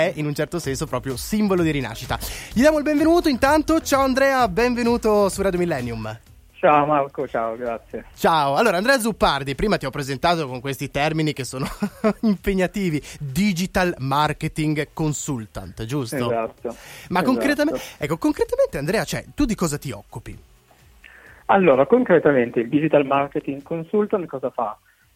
è in un certo senso proprio simbolo di rinascita. Gli diamo il benvenuto intanto. Ciao Andrea, benvenuto su Radio Millennium. Ciao Marco, ciao, grazie. Ciao, allora Andrea Zuppardi, prima ti ho presentato con questi termini che sono impegnativi, Digital Marketing Consultant, giusto? Esatto. Ma concretamente Andrea, tu di cosa ti occupi? Allora, concretamente il Digital Marketing Consultant cosa fa?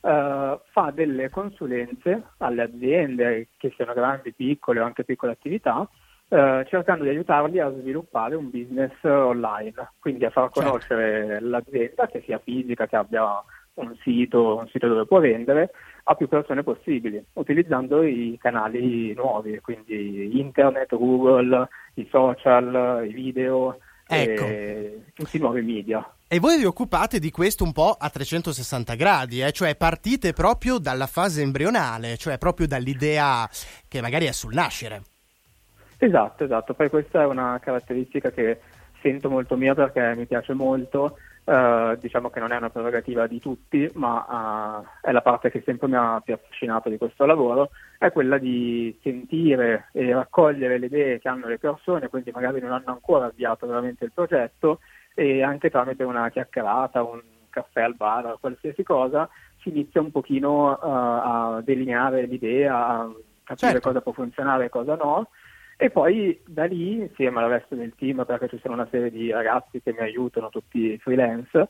Fa delle consulenze alle aziende, che siano grandi, piccole o anche piccole attività, cercando di aiutarli a sviluppare un business online, quindi a far conoscere l'azienda, che sia fisica, che abbia un sito dove può vendere, a più persone possibili, utilizzando i canali nuovi, quindi internet, Google, i social, i video, tutti i nuovi media. E voi vi occupate di questo un po' a 360 gradi, cioè partite proprio dalla fase embrionale, cioè proprio dall'idea che magari è sul nascere. Esatto, poi questa è una caratteristica che sento molto mia perché mi piace molto, diciamo che non è una prerogativa di tutti, ma è la parte che sempre mi ha più affascinato di questo lavoro, è quella di sentire e raccogliere le idee che hanno le persone, quindi magari non hanno ancora avviato veramente il progetto, e anche tramite una chiacchierata, un caffè al bar, qualsiasi cosa, si inizia un pochino a delineare l'idea, a capire cosa può funzionare e cosa no. E poi da lì, insieme al resto del team, perché ci sono una serie di ragazzi che mi aiutano, tutti freelance,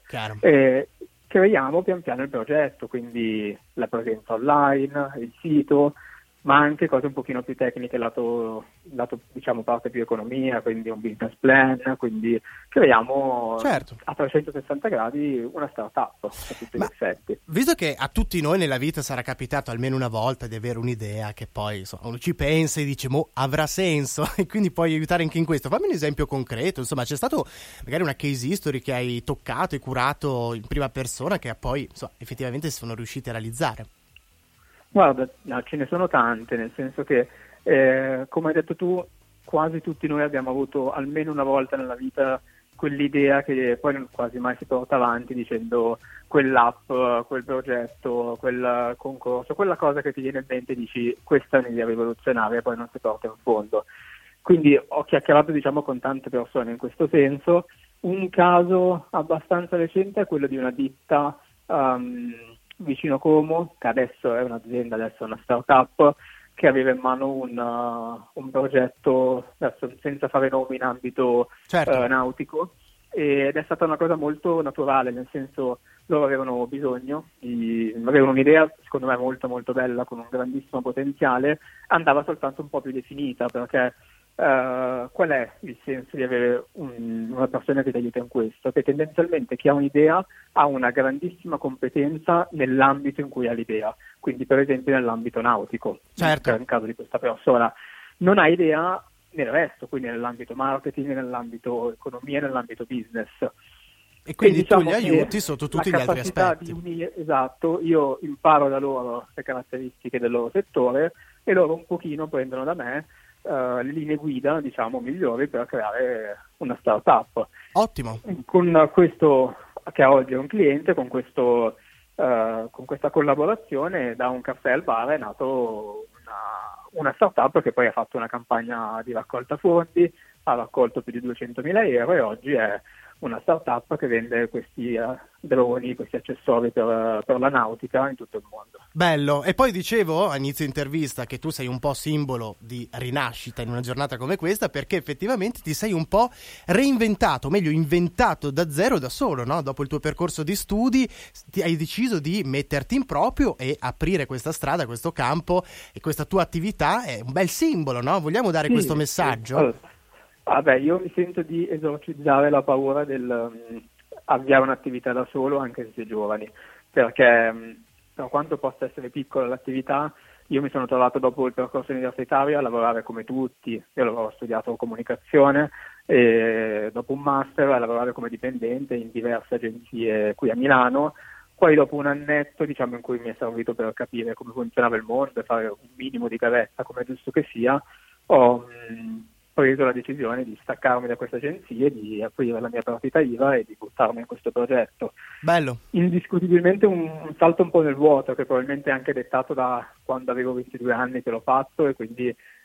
creiamo pian piano il progetto, quindi la presenza online, il sito, ma anche cose un pochino più tecniche, lato diciamo parte più economia, quindi un business plan, quindi creiamo a 360 gradi una startup a tutti gli effetti. Visto che a tutti noi nella vita sarà capitato almeno una volta di avere un'idea che poi uno ci pensa e dice avrà senso e quindi puoi aiutare anche in questo, fammi un esempio concreto, insomma c'è stato magari una case history che hai toccato e curato in prima persona che poi effettivamente sono riusciti a realizzare. Guarda, ce ne sono tante, nel senso che, come hai detto tu, quasi tutti noi abbiamo avuto almeno una volta nella vita quell'idea che poi non quasi mai si porta avanti, dicendo quell'app, quel progetto, quel concorso, quella cosa che ti viene in mente e dici questa è un'idea rivoluzionaria e poi non si porta in fondo. Quindi ho chiacchierato con tante persone in questo senso. Un caso abbastanza recente è quello di una ditta vicino Como, che adesso è un'azienda, adesso è una startup, che aveva in mano un progetto, adesso senza fare nomi, in ambito nautico, ed è stata una cosa molto naturale, nel senso loro avevano bisogno, avevano un'idea secondo me molto molto bella, con un grandissimo potenziale, andava soltanto un po' più definita, perché qual è il senso di avere una persona che ti aiuta in questo? Che tendenzialmente chi ha un'idea ha una grandissima competenza nell'ambito in cui ha l'idea, quindi per esempio nell'ambito nautico, nel caso di questa persona non ha idea nel resto, quindi nell'ambito marketing, nell'ambito economia, nell'ambito business. E quindi tu li aiuti sotto tutti gli altri aspetti. Esatto, io imparo da loro le caratteristiche del loro settore e loro un pochino prendono da me le linee guida, migliori per creare una startup. Ottimo. Con questo, che oggi è un cliente, con questa collaborazione da un caffè al bar è nato una startup che poi ha fatto una campagna di raccolta fondi, ha raccolto più di 200.000 euro e oggi è una startup che vende questi droni, questi accessori per la nautica in tutto il mondo. Bello. E poi dicevo a inizio intervista che tu sei un po' simbolo di rinascita in una giornata come questa, perché effettivamente ti sei un po' reinventato, meglio inventato da zero da solo, no? Dopo il tuo percorso di studi hai deciso di metterti in proprio e aprire questa strada, questo campo, e questa tua attività è un bel simbolo, no? Vogliamo dare questo messaggio? Sì. Allora, io mi sento di esorcizzare la paura del avviare un'attività da solo, anche se si è giovani, perché per quanto possa essere piccola l'attività, io mi sono trovato dopo il percorso universitario a lavorare come tutti. Io ho studiato comunicazione e dopo un master a lavorare come dipendente in diverse agenzie qui a Milano. Poi dopo un annetto in cui mi è servito per capire come funzionava il mondo e fare un minimo di gavetta come è giusto che sia, ho preso la decisione di staccarmi da queste agenzie, di aprire la mia partita IVA e di buttarmi in questo progetto. Bello. Indiscutibilmente un salto un po' nel vuoto, che probabilmente è anche dettato da quando avevo 22 anni che l'ho fatto, e quindi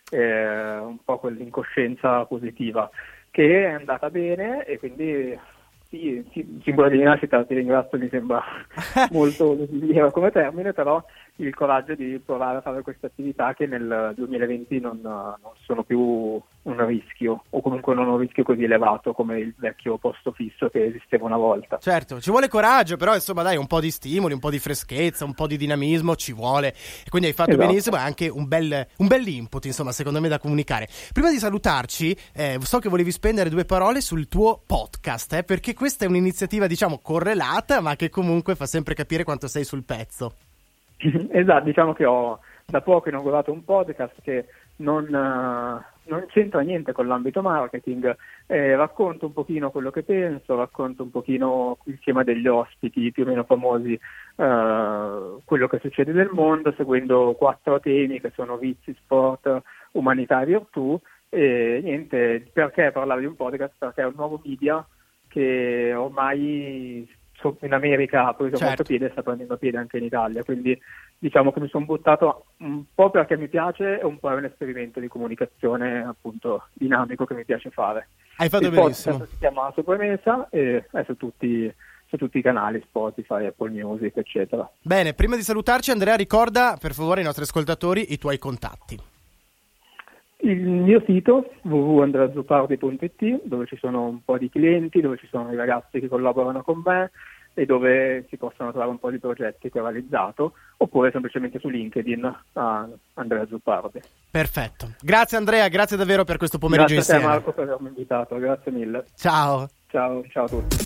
un po' quell'incoscienza positiva, che è andata bene, e quindi sì, simbolo di rinascita, ti ringrazio, mi sembra molto lusinghiero come termine, però il coraggio di provare a fare queste attività che nel 2020 non sono più un rischio, o comunque non un rischio così elevato come il vecchio posto fisso che esisteva una volta. Certo, ci vuole coraggio, però insomma dai, un po' di stimoli, un po' di freschezza, un po' di dinamismo ci vuole, e quindi hai fatto benissimo, e anche un bel input, insomma, secondo me, da comunicare. Prima di salutarci, so che volevi spendere 2 parole sul tuo podcast, perché questa è un'iniziativa, diciamo, correlata, ma che comunque fa sempre capire quanto sei sul pezzo. Esatto, diciamo che ho da poco inaugurato un podcast che non c'entra niente con l'ambito marketing, racconto un pochino quello che penso, racconto un pochino insieme a degli ospiti più o meno famosi quello che succede nel mondo, seguendo 4 temi che sono vizi, sport, umanità e virtù. E niente, perché parlare di un podcast? Perché è un nuovo media che ormai in America ha preso molto piede e sta prendendo piede anche in Italia, quindi diciamo che mi sono buttato un po' perché mi piace, e un po' è un esperimento di comunicazione appunto dinamico che mi piace fare. Hai fatto benissimo. Si chiama Sopremesa e è su tutti i canali, Spotify, Apple Music, eccetera. Bene, prima di salutarci, Andrea, ricorda per favore ai nostri ascoltatori i tuoi contatti. Il mio sito www.andreazzupardi.it, dove ci sono un po' di clienti, dove ci sono i ragazzi che collaborano con me e dove si possono trovare un po' di progetti che ho realizzato, oppure semplicemente su LinkedIn a Andrea Zuppardi. Perfetto. Grazie Andrea, grazie davvero per questo pomeriggio insieme. Grazie a te Marco per avermi invitato, grazie mille. Ciao. Ciao a tutti.